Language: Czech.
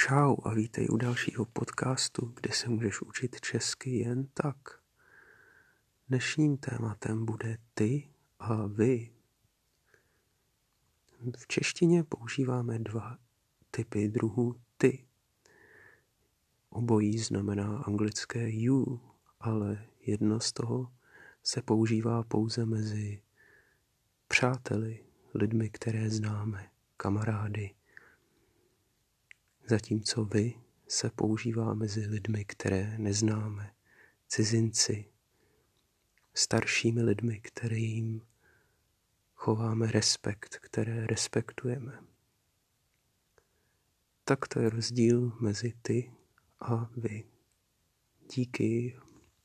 Čau a vítej u dalšího podcastu, kde se můžeš učit česky jen tak. Dnešním tématem bude ty a vy. V češtině používáme dva typy druhů ty. Obojí znamená anglické you, ale jedno z toho se používá pouze mezi přáteli, lidmi, které známe, kamarády. Zatímco vy se používá mezi lidmi, které neznáme, cizinci, staršími lidmi, kterým chováme respekt, které respektujeme. Tak to je rozdíl mezi ty a vy. Díky.